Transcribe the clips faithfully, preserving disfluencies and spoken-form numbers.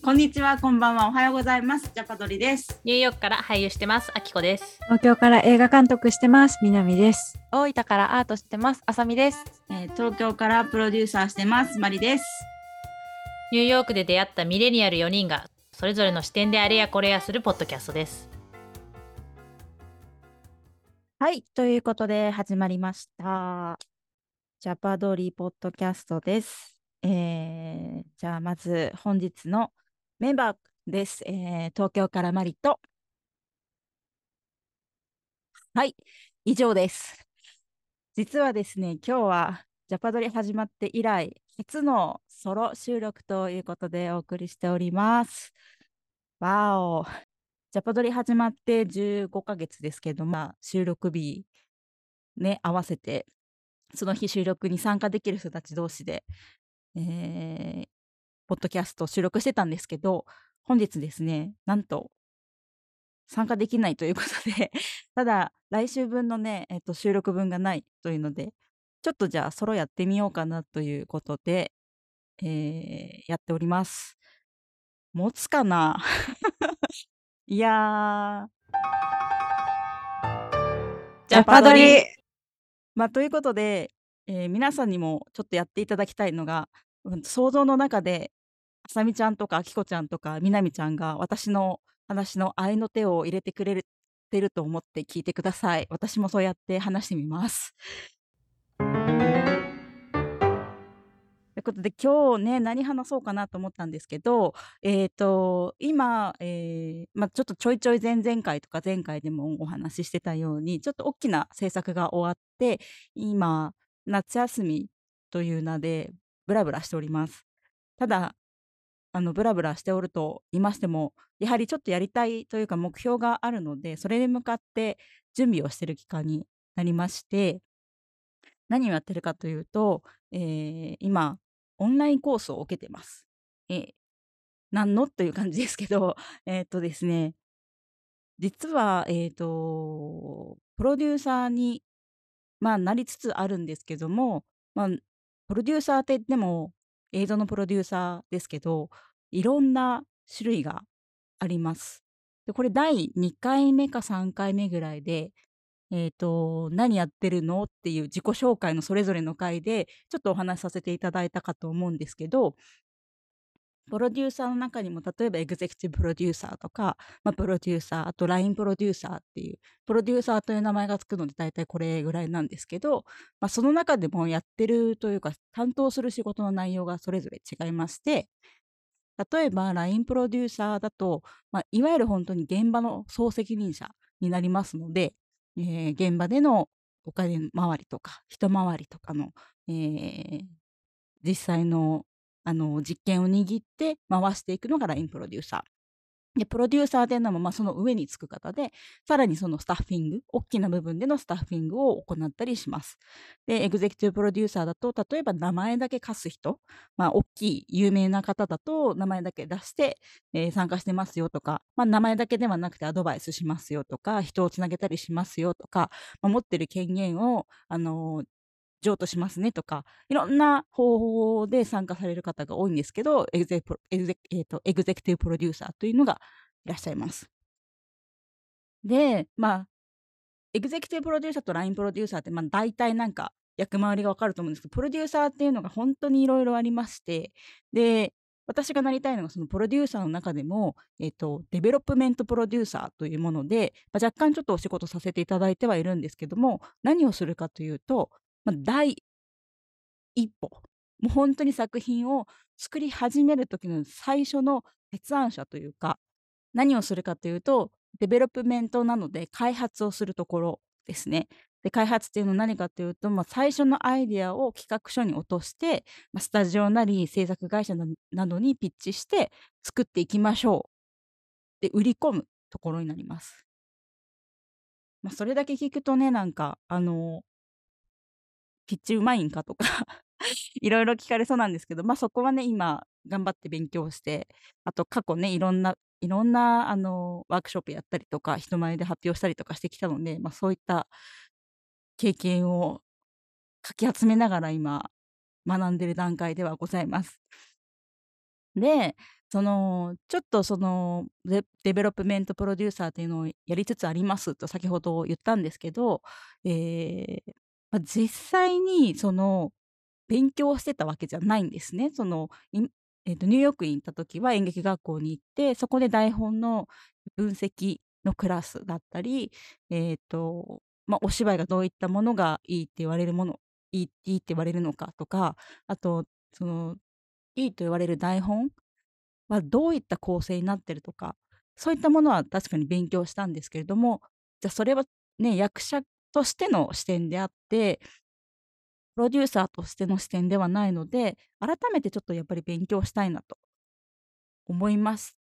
こんにちは、こんばんは、おはようございます。ジャパドリです。 ニューヨークから俳優してます、あきこです。 東京から映画監督してます、みなみです。 大分からアートしてます、あさみです。 えー、東京からプロデューサーしてます、まりです。 ニューヨークで出会ったミレニアルよにんがそれぞれの視点であれやこれやするポッドキャストです。 はい、ということで始まりましたジャパドリポッドキャストです。えー、じゃあまず本日のメンバーです。えー、東京からマリと、はい、以上です。実はですね、今日はジャパドリ始まって以来初のソロ収録ということでお送りしております。わお、ジャパドリ始まってじゅうごかげつですけど、まあ、収録日ね合わせてその日収録に参加できる人たち同士で、えー、ポッドキャスト収録してたんですけど、本日ですね、なんと参加できないということでただ来週分のね、えっと、収録分がないというので、ちょっとじゃあソロやってみようかなということで、えー、やっております。持つかないやージャパドリ。 まあ、ということで、えー、皆さんにもちょっとやっていただきたいのが、うん、想像の中であさみちゃんとかあきこちゃんとかみなみちゃんが私の話の合いの手を入れてくれてると思って聞いてください。私もそうやって話してみます。ということで今日ね、何話そうかなと思ったんですけど、えーと今、えーまあ、ちょっとちょいちょい前々回とか前回でもお話ししてたように、ちょっと大きな制作が終わって、今夏休みという名でブラブラしております。ただあのブラブラしておると言いましても、やはりちょっとやりたいというか目標があるので、それに向かって準備をしている期間になりまして、何をやってるかというと、えー今オンラインコースを受けてます。えー、何のという感じですけど、えっとですね、実は、えっと、プロデューサーに、まあ、なりつつあるんですけども、まあ、プロデューサーって言っても映像のプロデューサーですけど、いろんな種類があります。で、これだいにかいめかさんかいめぐらいで、えっと、何やってるのっていう自己紹介のそれぞれの回で、ちょっとお話しさせていただいたかと思うんですけど、プロデューサーの中にも例えばエグゼクティブプロデューサーとか、まあ、プロデューサー、あと ライン プロデューサーっていう、プロデューサーという名前がつくので大体これぐらいなんですけど、まあ、その中でもやってるというか担当する仕事の内容がそれぞれ違いまして、例えば ライン プロデューサーだと、まあ、いわゆる本当に現場の総責任者になりますので、えー現場でのお金回りとか人回りとかの、えー実際のあの実験を握って回していくのが ライン プロデューサー。で、プロデューサーっていうのも、まあ、その上につく方で、さらにそのスタッフィング、大きな部分でのスタッフィングを行ったりします。で、エグゼクティブプロデューサーだと、例えば名前だけ貸す人、まあ、大きい有名な方だと、名前だけ出して、えー参加してますよとか、まあ、名前だけではなくてアドバイスしますよとか、人をつなげたりしますよとか、まあ、持ってる権限を、あのー譲渡しますねとか、いろんな方法で参加される方が多いんですけど、エグゼプロエグゼえーとエグゼクティブプロデューサーというのがいらっしゃいます。で、まあ、エグゼクティブプロデューサーと ライン プロデューサーって、まあ、大体なんか役回りがわかると思うんですけど、プロデューサーっていうのが本当にいろいろありまして、で、私がなりたいのがそのプロデューサーの中でも、えっと、デベロップメントプロデューサーというもので、まあ、若干ちょっとお仕事させていただいてはいるんですけども、何をするかというと、まあ、第一歩、もう本当に作品を作り始める時の最初の立案者というか、何をするかというと、デベロップメントなので開発をするところですね。で、開発っていうのは何かというと、まあ、最初のアイデアを企画書に落として、まあ、スタジオなり制作会社ななどにピッチして作っていきましょう。で、売り込むところになります。まあ、それだけ聞くとね、なんか、あの、ピッチうまいんかとかいろいろ聞かれそうなんですけど、まあ、そこはね、今頑張って勉強して、あと過去ね、いろんないろんなあのワークショップやったりとか、人前で発表したりとかしてきたので、まあ、そういった経験をかき集めながら今学んでる段階ではございます。 で、そのちょっとそのデデベロップメントプロデューサーというのをやりつつありますと先ほど言ったんですけど、えーまあ、実際にその勉強してたわけじゃないんですね。そのいえーとニューヨークに行った時は演劇学校に行って、そこで台本の分析のクラスだったり、えーとまあ、お芝居がどういったものがいいって言われるものいいいいって言われるのかとか、あとそのいいと言われる台本はどういった構成になってるとか、そういったものは確かに勉強したんですけれども、じゃあそれはね、役者としての視点であって、プロデューサーとしての視点ではないので、改めてちょっとやっぱり勉強したいなと思いまして、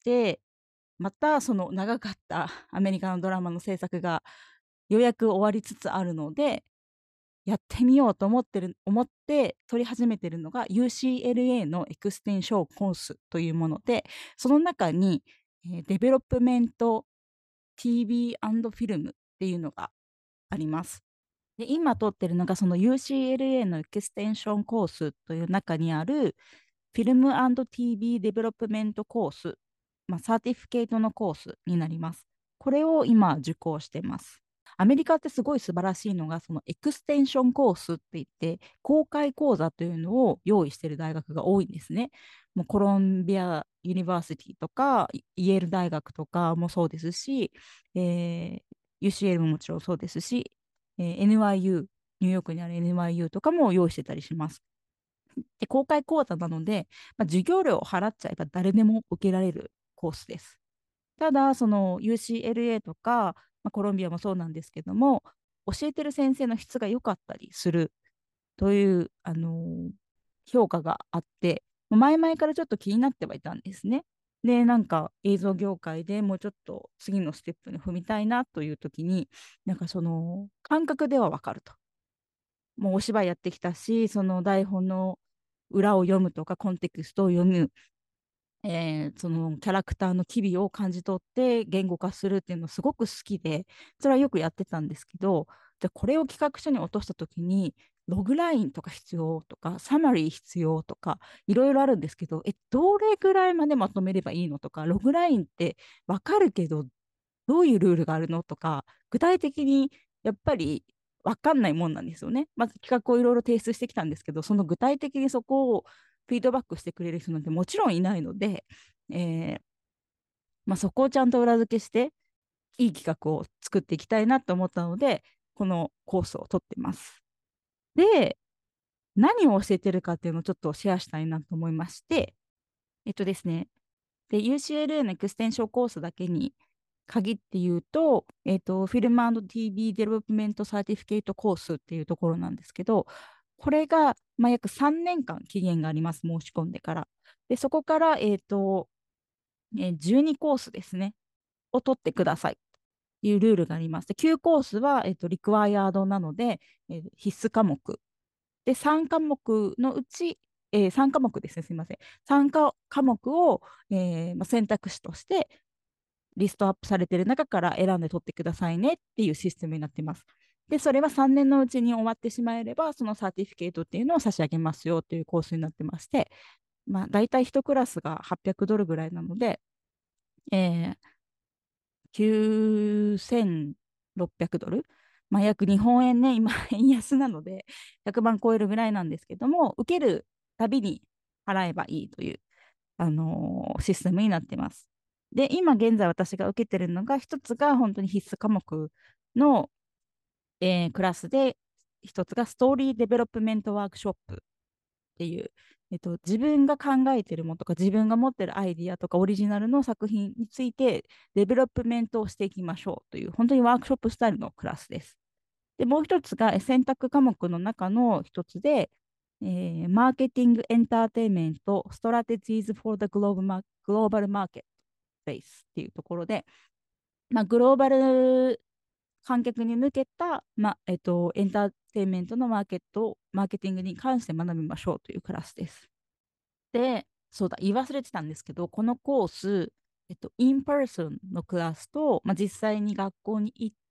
またその長かったアメリカのドラマの制作がようやく終わりつつあるので、やってみようと思ってる思って取り始めてるのが ユーシーエルエー のエクステンションコースというもので、その中に、えーデベロップメント ティーブイ フィルムっていうのがあります。で、今取ってるのがその ユーシーエルエー のエクステンションコースという中にあるフィルム ティーブイ デベロップメントコース、まあ、サーティフィケートのコースになります。これを今受講してます。アメリカってすごい素晴らしいのが、そのエクステンションコースって言って、公開講座というのを用意している大学が多いんですね。もうコロンビアユニバーシティとか、イェール大学とかもそうですし、えー ユーシーエル ももちろんそうですし、えー エヌワイユー、ニューヨークにある エヌワイユー とかも用意してたりします。で、公開講座なので、まあ、授業料を払っちゃえば誰でも受けられるコースです。ただ、その ユーシーエルエー とか、まあ、コロンビアもそうなんですけども、教えてる先生の質が良かったりするという、あのー評価があって、前々からちょっと気になってはいたんですね。で、なんか映像業界でもうちょっと次のステップに踏みたいなという時に、なんかその感覚ではわかると。もうお芝居やってきたし、その台本の裏を読むとか、コンテクストを読む、えーそのキャラクターの機微を感じ取って言語化するっていうのすごく好きで、それはよくやってたんですけど、じゃあこれを企画書に落とした時に、ログラインとか必要とか、サマリー必要とか、いろいろあるんですけど、え、どれぐらいまでまとめればいいのとか、ログラインってわかるけど、どういうルールがあるのとか、具体的にやっぱり分かんないもんなんですよね。まず企画をいろいろ提出してきたんですけど、その具体的にそこをフィードバックしてくれる人なんてもちろんいないので、えーまあ、そこをちゃんと裏付けして、いい企画を作っていきたいなと思ったので、このコースを取ってます。で、何を教えてるかっていうのをちょっとシェアしたいなと思いまして、えっとですね、で、ユーシーエルエー のエクステンションコースだけに限って言うと、えっと、フィルム ティーブイ デベロップメントサーティフィケートコースっていうところなんですけど、これが、まあ、約さんねんかん期限があります、申し込んでから。で、そこから、えっと、えーじゅうにコースですね、を取ってくださいというルールがあります。で、きゅうコースは、えっと、リクワイヤードなので、えー必須科目。で、さん科目のうち、えー、さん科目ですね、すみません。さん科目を、えーまあ、選択肢としてリストアップされている中から選んで取ってくださいねっていうシステムになっています。で、それはさんねんのうちに終わってしまえれば、そのサーティフィケートっていうのを差し上げますよというコースになってまして、まあ、大体いちクラスがはっぴゃくドルぐらいなので、えー、きゅうせんろっぴゃくドル、まあ、約日本円ね、今、円安なので、ひゃくまん超えるぐらいなんですけども、受けるたびに払えばいいという、あのーシステムになっています。で、今現在私が受けてるのが、一つが本当に必須科目の、えークラスで、一つがストーリーデベロップメントワークショップっていう、えっと、自分が考えてるものとか、自分が持ってるアイディアとか、オリジナルの作品について、デベロップメントをしていきましょうという、本当にワークショップスタイルのクラスです。で、もう一つが選択科目の中の一つで、えーマーケティングエンターテインメント、ストラテジーズ・フォー・ザ・グローバル・マグローバルマーケット・ベースっていうところで、まあ、グローバル観客に向けた、まあえっと、エンターテインメントのマーケット、マーケティングに関して学びましょうというクラスです。で、そうだ、言い忘れてたんですけど、このコース、えっと、インパーソンのクラスと、まあ、実際に学校に行って、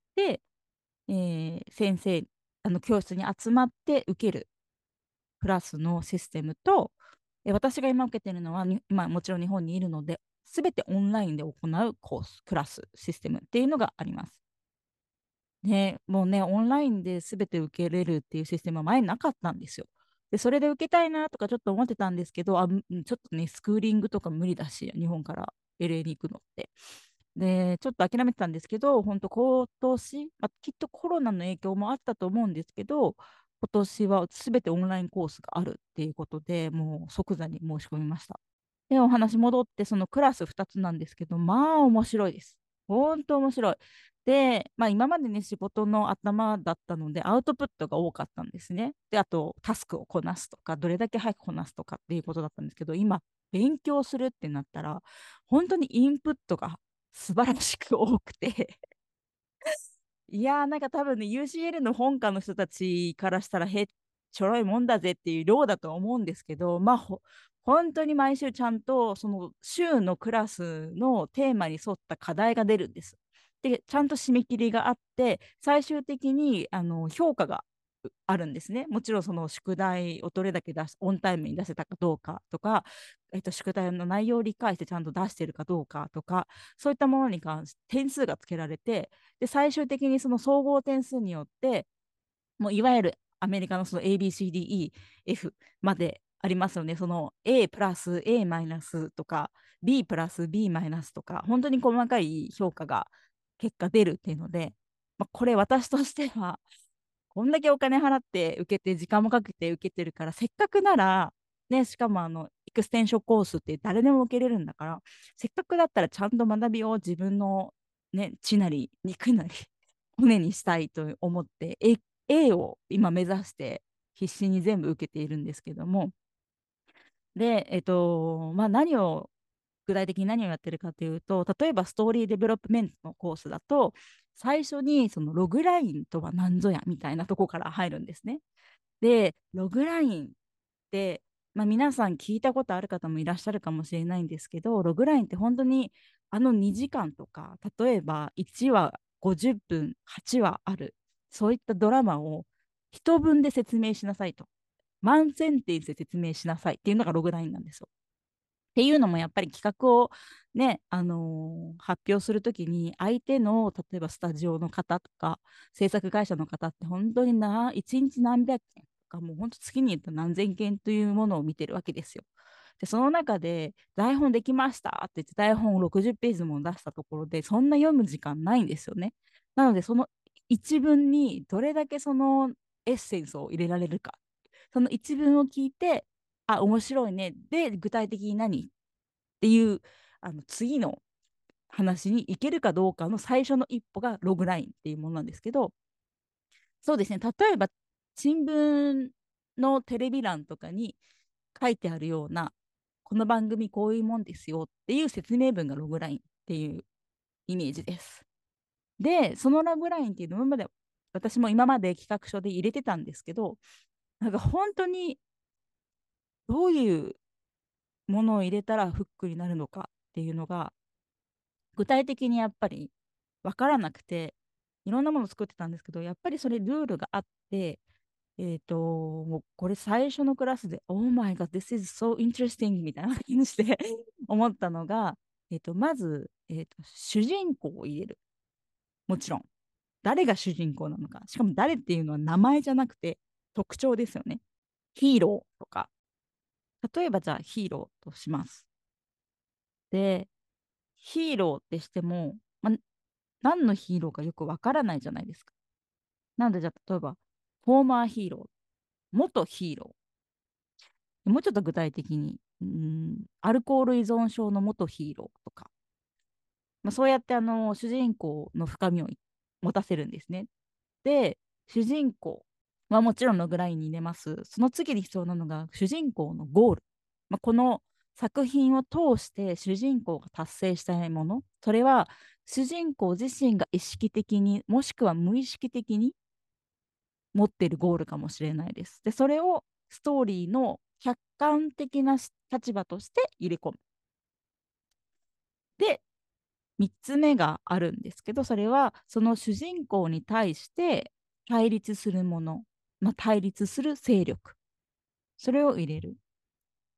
えー先生、あの教室に集まって受けるクラスのシステムと、 え私が今受けてるのはに、まあ、もちろん日本にいるので、すべてオンラインで行うコース、クラス、システムっていうのがあります。ね、もうね、オンラインで全て受けれるっていうシステムは前なかったんですよ。で、それで受けたいなとかちょっと思ってたんですけど、あ、うんちょっとね、スクーリングとか無理だし、日本から エルエー に行くのって。で、ちょっと諦めてたんですけど、本当今年、まあ、きっとコロナの影響もあったと思うんですけど、今年は全てオンラインコースがあるっていうことで、もう即座に申し込みました。で、お話戻って、そのクラスふたつなんですけど、まあ面白いです。本当面白い。で、まあ今までね、仕事の頭だったので、アウトプットが多かったんですね。で、あと、タスクをこなすとか、どれだけ早くこなすとかっていうことだったんですけど、今、勉強するってなったら、本当にインプットが素晴らしく多くていやー、なんか多分ね、ユーシーエル の本科の人たちからしたら、へ、ちょろいもんだぜっていう量だと思うんですけど、まあ、ほ本当に毎週ちゃんと、その週のクラスのテーマに沿った課題が出るんです。で、ちゃんと締め切りがあって、最終的にあの評価があるんですね。もちろんその宿題をどれだけ出し、オンタイムに出せたかどうかとか、えっと、宿題の内容を理解してちゃんと出してるかどうかとか、そういったものに関して点数がつけられて、で、最終的にその総合点数によって、もういわゆるアメリカのその エービーシーディーイーエフ までありますよね。その A プラス A マイナスとか B プラス B マイナスとか、本当に細かい評価が結果出るっていうので、まあ、これ私としては、こんだけお金払って受けて、時間もかけて受けてるから、せっかくなら、ね、しかもあの、エクステンションコースって誰でも受けれるんだから、せっかくだったらちゃんと学びを自分の、ね、血なり肉なり骨にしたいと思って、A, A を今目指して必死に全部受けているんですけども、で、えっと、まあ、何を具体的に何をやってるかというと、例えばストーリーデベロップメントのコースだと、最初にそのログラインとは何ぞやみたいなとこから入るんですね。で、ログラインって、まあ、皆さん聞いたことある方もいらっしゃるかもしれないんですけど、ログラインって本当にあのにじかんとか、例えばいちわごじゅっぷん、はちわある、そういったドラマを一文で説明しなさいと。ワンセンテンスで説明しなさいっていうのがログラインなんですよ。っていうのもやっぱり企画をね、あのー発表するときに相手の例えばスタジオの方とか制作会社の方って本当にないちにち何百件とかもう本当月に言った何千件というものを見てるわけですよ。で、その中で台本できましたって言って台本をろくじゅっページも出したところでそんな読む時間ないんですよね。なのでその一文にどれだけそのエッセンスを入れられるか。その一文を聞いて、あ、面白いね。で、具体的に何っていうあの次の話に行けるかどうかの最初の一歩がログラインっていうものなんですけど、そうですね、例えば新聞のテレビ欄とかに書いてあるような、この番組こういうもんですよっていう説明文がログラインっていうイメージです。で、そのログラインっていうの今まで私も今まで企画書で入れてたんですけど、なんか本当にどういうものを入れたらフックになるのかっていうのが具体的にやっぱり分からなくて、いろんなものを作ってたんですけど、やっぱりそれルールがあって、えっと、もうこれ最初のクラスで、Oh my God, this is so interesting みたいな感じで思ったのが、えっと、まず、えっと、主人公を入れる。もちろん。誰が主人公なのか。しかも誰っていうのは名前じゃなくて特徴ですよね。ヒーローとか。例えばじゃあヒーローとします。で、ヒーローってしても、ま、何のヒーローかよくわからないじゃないですか。なので、じゃあ、例えば、フォーマーヒーロー、元ヒーロー、もうちょっと具体的に、うん、アルコール依存症の元ヒーローとか、まあ、そうやってあの主人公の深みを持たせるんですね。で、主人公はもちろんログラインに入れます。その次に必要なのが、主人公のゴール。まあ、この作品を通して主人公が達成したいもの、それは主人公自身が意識的にもしくは無意識的に持っているゴールかもしれないです。で、それをストーリーの客観的な立場として入れ込む。で、みっつめがあるんですけど、それはその主人公に対して対立するもの、まあ、対立する勢力、それを入れる。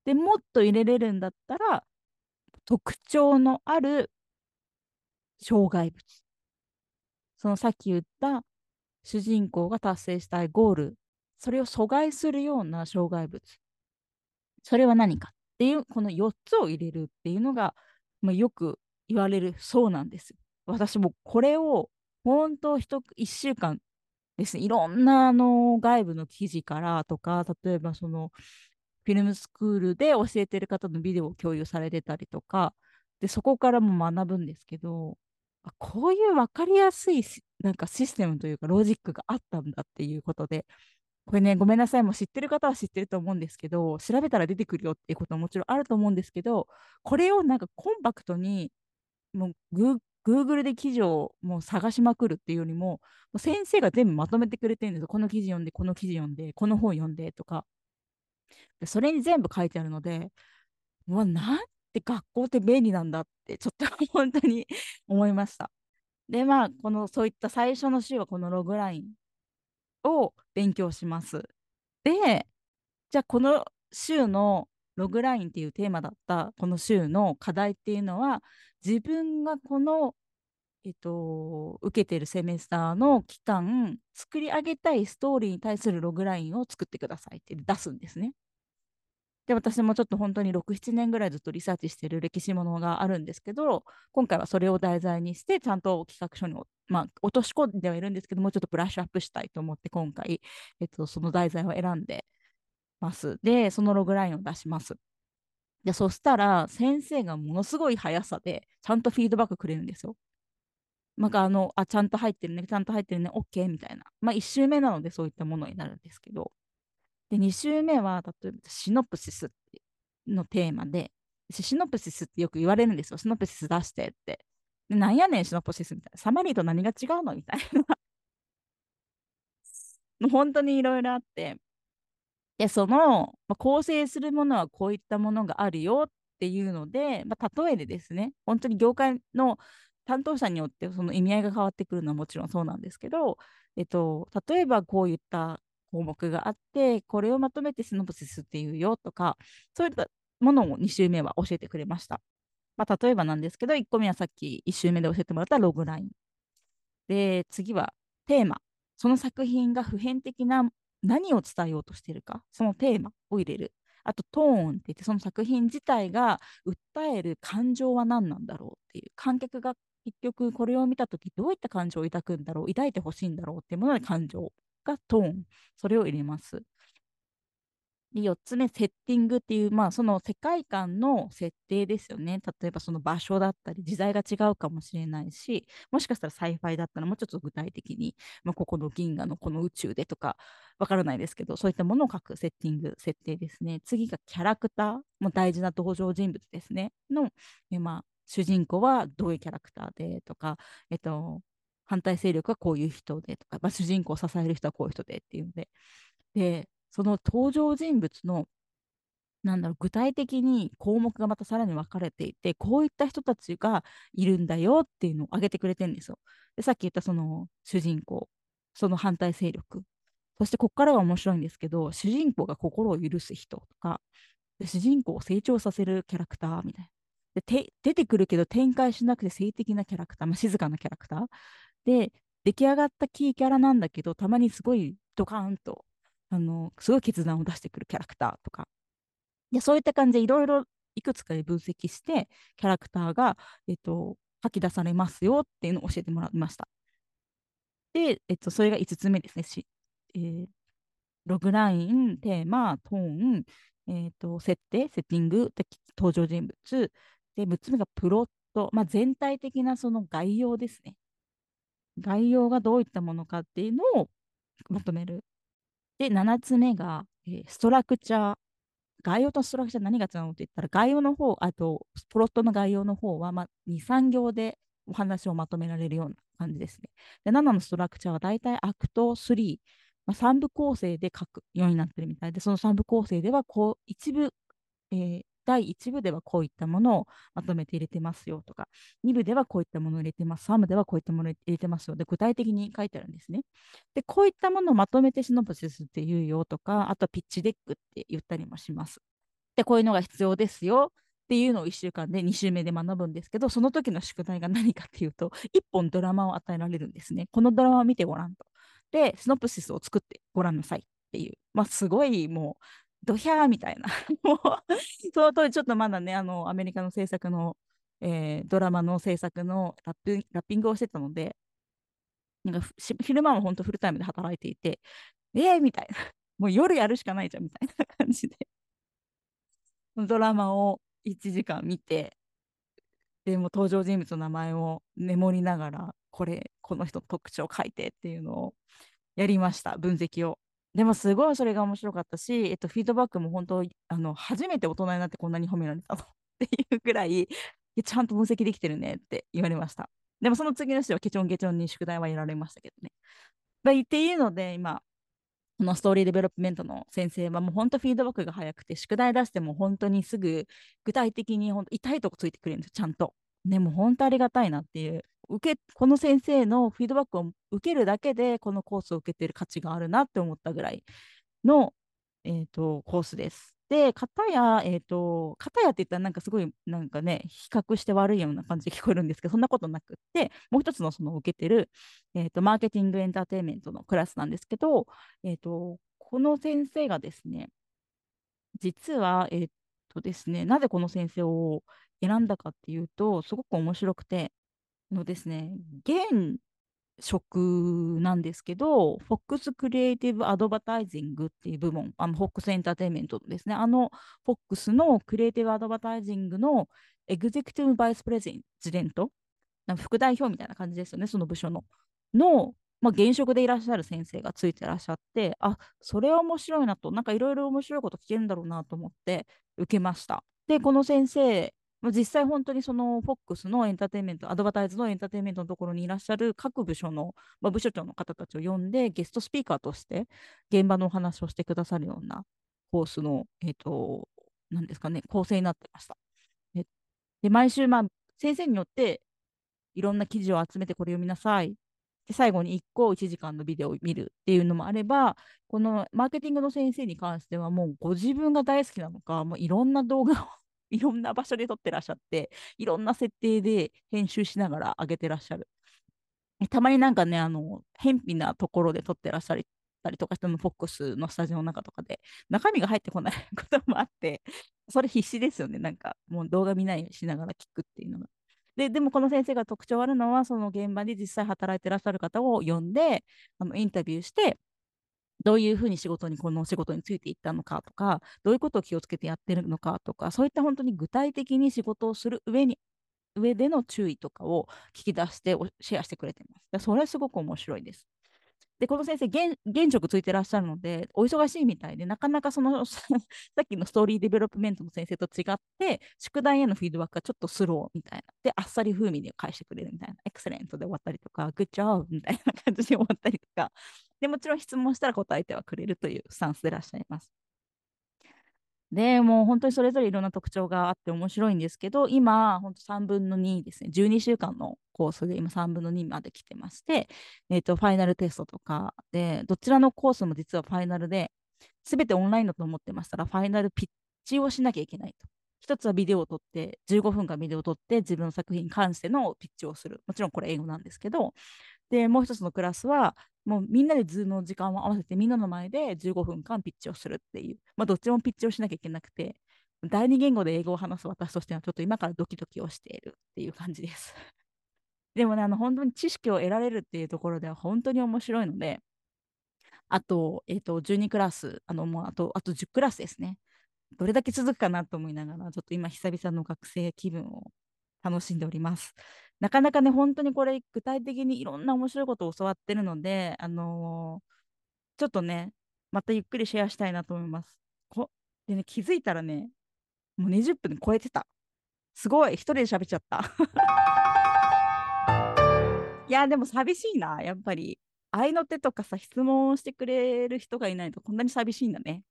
でもっと入れれるんだったら特徴のある障害物、そのさっき言った主人公が達成したいゴール、それを阻害するような障害物、それは何かっていう、このよっつを入れるっていうのが、まあ、よく言われるそうなんですよ。私もこれを本当いっしゅうかんですね、いろんなあの外部の記事からとか、例えばそのフィルムスクールで教えてる方のビデオを共有されてたりとか、でそこからも学ぶんですけど、あこういう分かりやすいしなんかシステムというかロジックがあったんだっていうことで、これね、ごめんなさい、もう知ってる方は知ってると思うんですけど、調べたら出てくるよっていうことはもちろんあると思うんですけど、これをなんかコンパクトに、もうグー Google で記事をもう探しまくるっていうよりも、もう先生が全部まとめてくれてるんですよ。この記事読んで、この記事読んで、この本読んでとか。でそれに全部書いてあるので、うわ、なんて学校って便利なんだって、ちょっと本当に思いました。で、まあ、この、そういった最初の週はこのログラインを勉強します。で、じゃあこの週のログラインっていうテーマだったこの週の課題っていうのは、自分がこの、えっと、受けてるセメスターの期間作り上げたいストーリーに対するログラインを作ってくださいって出すんですね。で私もちょっと本当にろく、ななねんぐらいずっとリサーチしてる歴史ものがあるんですけど、今回はそれを題材にしてちゃんと企画書に、まあ、落とし込んではいるんですけども、ちょっとブラッシュアップしたいと思って今回、えっと、その題材を選んでます。で、そのログラインを出します。で、そしたら、先生がものすごい速さで、ちゃんとフィードバックくれるんですよ。なんかあの、あ、ちゃんと入ってるね、ちゃんと入ってるね、OK みたいな。まあ、いっ週目なのでそういったものになるんですけど。で、に週目は、例えばシノプシスのテーマで、シノプシスってよく言われるんですよ。シノプシス出してって。でなんやねん、シノプシスみたいな。サマリーと何が違うのみたいな。もう本当にいろいろあって。で、その、まあ、構成するものはこういったものがあるよっていうので、まあ、例えでですね、本当に業界の担当者によってその意味合いが変わってくるのはもちろんそうなんですけど、えっと、例えばこういった項目があって、これをまとめてシノプシスっていうよとか、そういったものをに週目は教えてくれました。まあ、例えばなんですけど、いっこめはさっきいち週目で教えてもらったログライン。で、次はテーマ。その作品が普遍的な何を伝えようとしているか、そのテーマを入れる。あとトーンって言って、その作品自体が訴える感情は何なんだろうっていう、観客が結局これを見たときどういった感情を抱くんだろう、抱いてほしいんだろうっていうもので感情がトーン、それを入れます。で、よっつめ、セッティングっていう、まあ、その世界観の設定ですよね。例えば、その場所だったり、時代が違うかもしれないし、もしかしたらサイファイだったら、もうちょっと具体的に、まあ、ここの銀河のこの宇宙でとか、わからないですけど、そういったものを書くセッティング、設定ですね。次がキャラクター、もう大事な登場人物ですね。の、えまあ、主人公はどういうキャラクターでとか、えっと、反対勢力はこういう人でとか、まあ、主人公を支える人はこういう人でっていうので、で、その登場人物の、なんだろう、具体的に項目がまたさらに分かれていて、こういった人たちがいるんだよっていうのを挙げてくれてるんですよ。で、さっき言ったその主人公、その反対勢力。そしてここからが面白いんですけど、主人公が心を許す人とか、で主人公を成長させるキャラクターみたいな。でて出てくるけど展開しなくて性的なキャラクター、まあ、静かなキャラクター。で、出来上がったキーキャラなんだけど、たまにすごいドカーンと、あの、すごい決断を出してくるキャラクターとか。で、そういった感じでいろいろいくつかで分析して、キャラクターが、えっと、書き出されますよっていうのを教えてもらいました。で、えっと、それがいつつめですね。しえーログライン、テーマ、トーン、えっと、設定、セッティング、で登場人物。で、むっつめがプロット、まあ、全体的なその概要ですね。概要がどういったものかっていうのをまとめる。で、ななつめが、えーストラクチャー。概要とストラクチャー何が違うのって言ったら、概要の方、あと、プロットの概要の方は、まあ、に、さん行でお話をまとめられるような感じですね。で、ななのストラクチャーはだいたいアクトスリー、まあ、さん部構成で書くようになってるみたいで、そのさん部構成では、こう、一部、えーだいいち部ではこういったものをまとめて入れてますよとか、に部ではこういったものを入れてます、さん部ではこういったものを入れてますよで、具体的に書いてあるんですね。で、こういったものをまとめてシノプシスっていうよとか、あとはピッチデックって言ったりもします。 でこういうのが必要ですよっていうのをいっしゅうかんでに週目で学ぶんですけど、その時の宿題が何かっていうと、いっぽんドラマを与えられるんですね。このドラマを見てごらんと。でシノプシスを作ってごらんなさいっていう、まあすごいもうドヒャーみたいなもうその当時ちょっとまだね、あのアメリカの制作の、えードラマの制作のラップラッピングをしてたので、なんか昼間は本当フルタイムで働いていて、えーみたいな、もう夜やるしかないじゃんみたいな感じでドラマをいちじかん見て、でも登場人物の名前をメモりながら、これこの人の特徴を書いてっていうのをやりました、分析を。でもすごいそれが面白かったし、えっと、フィードバックも本当あの初めて大人になってこんなに褒められたのっていうぐらい、ちゃんと分析できてるねって言われました。でもその次の週はケチョンケチョンに宿題はやられましたけどね。っていうので今このストーリーデベロップメントの先生はもう本当フィードバックが早くて、宿題出しても本当にすぐ具体的に本当痛いとこついてくれるんですよ、ちゃんと。ね、もう本当ありがたいなっていう。受けこの先生のフィードバックを受けるだけでこのコースを受けてる価値があるなって思ったぐらいの、えーと、コースです。で、片や、えーと、片やって言ったらなんかすごいなんかね、比較して悪いような感じで聞こえるんですけど、そんなことなくって、もう一つのその受けてる、えーと、マーケティングエンターテインメントのクラスなんですけど、えーと、この先生がですね、実は、えーとですね、なぜこの先生を選んだかっていうと、すごく面白くて、あのですね、現職なんですけど、フォックスクリエイティブアドバタイジングっていう部門、あのフォックスエンターテインメントですね、あのフォックスのクリエイティブアドバタイジングのエグゼクティブバイスプレジデント、副代表みたいな感じですよね、その部署の。の、まあ、現職でいらっしゃる先生がついてらっしゃって、あ、それは面白いなと、なんかいろいろ面白いこと聞けるんだろうなと思って受けました。で、この先生、実際本当にその フォックス のエンターテインメント、アドバタイズのエンターテインメントのところにいらっしゃる各部署の、まあ、部署長の方たちを呼んで、ゲストスピーカーとして現場のお話をしてくださるようなコースの、えっ、と、なんですかね、構成になってました。で、で毎週、まあ、先生によっていろんな記事を集めてこれ読みなさい。で、最後にいっこいちじかんのビデオを見るっていうのもあれば、このマーケティングの先生に関してはもうご自分が大好きなのか、もういろんな動画をいろんな場所で撮ってらっしゃって、いろんな設定で編集しながら上げてらっしゃる。たまになんかね、あの、偏僻なところで撮ってらっしゃったりとかしても、フォックスのスタジオの中とかで、中身が入ってこないこともあって、それ必死ですよね。なんか、もう動画見ないようにしながら聞くっていうのが。で、でもこの先生が特徴あるのは、その現場で実際働いてらっしゃる方を呼んで、あのインタビューして、どういうふうに仕事に、この仕事についていったのかとか、どういうことを気をつけてやってるのかとか、そういった本当に具体的に仕事をする上に上での注意とかを聞き出してシェアしてくれてます。それはすごく面白いです。で、この先生、現現職ついてらっしゃるので、お忙しいみたいで、なかなかそのさっきのストーリーデベロップメントの先生と違って、宿題へのフィードバックがちょっとスローみたいな。で、あっさり風味で返してくれるみたいな。エクセレントで終わったりとか、グッジョブみたいな感じで終わったりとか。で、もちろん質問したら答えてはくれるというスタンスでいらっしゃいます。で、もう本当にそれぞれいろんな特徴があって面白いんですけど、今、本当さんぶんのにですね、じゅうにしゅうかんのコースで今さんぶんのにまで来てまして、えっと、ファイナルテストとかで、どちらのコースも実はファイナルで、すべてオンラインだと思ってましたら、ファイナルピッチをしなきゃいけないと。一つはビデオを撮って、じゅうごふんかんビデオを撮って、自分の作品に関してのピッチをする。もちろんこれ英語なんですけど、で、もう一つのクラスは、もうみんなでズームの時間を合わせてみんなの前でじゅうごふんかんピッチをするっていう、まあ、どっちもピッチをしなきゃいけなくて、第二言語で英語を話す私としてはちょっと今からドキドキをしているっていう感じです。でもね、あの本当に知識を得られるっていうところでは本当に面白いので、あと、えっ、と、じゅうにクラス、あの、もうあと、あとじゅうクラスですね。どれだけ続くかなと思いながら、ちょっと今久々の学生気分を楽しんでおります。なかなかね、本当にこれ具体的にいろんな面白いことを教わってるので、あのーちょっとね、またゆっくりシェアしたいなと思います。こでね、気づいたらね、もうにじゅっぷん超えてた。すごい、一人で喋っちゃった。いや、でも寂しいな、やっぱり。合いの手とかさ、質問してくれる人がいないとこんなに寂しいんだね。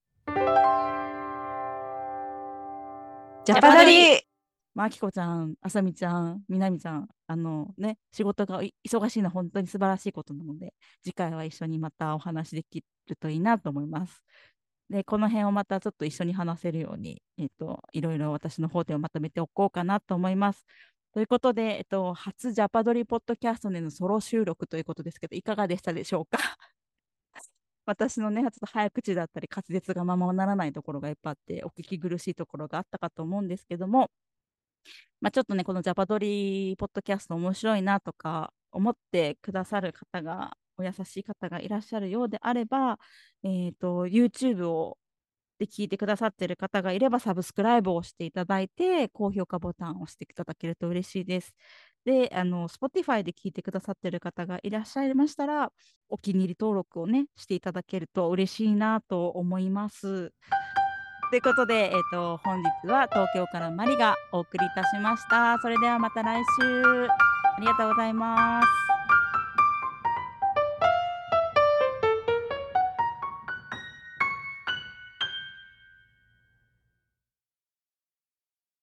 ジャパドリまあきこちゃん、あさみちゃん、みなみちゃん、あのね、仕事が忙しいのは本当に素晴らしいことなので、次回は一緒にまたお話できるといいなと思います。 で、この辺をまたちょっと一緒に話せるように、えっと、いろいろ私の方でをまとめておこうかなと思います。ということで、えっと、初ジャパドリポッドキャストでのソロ収録ということですけど、いかがでしたでしょうか？私のね、ちょっと早口だったり、滑舌がままならないところがいっぱいあって、お聞き苦しいところがあったかと思うんですけども、まあ、ちょっとね、このジャパドリポッドキャスト面白いなとか思ってくださる方が、お優しい方がいらっしゃるようであれば、えっと、YouTube をで聞いてくださってる方がいれば、サブスクライブをしていただいて、高評価ボタンを押していただけると嬉しいです。で、あの、Spotify で聞いてくださってる方がいらっしゃいましたら、お気に入り登録をね、していただけると嬉しいなと思います。ということで、えっと、本日は東京からマリがお送りいたしました。それではまた来週。ありがとうございます。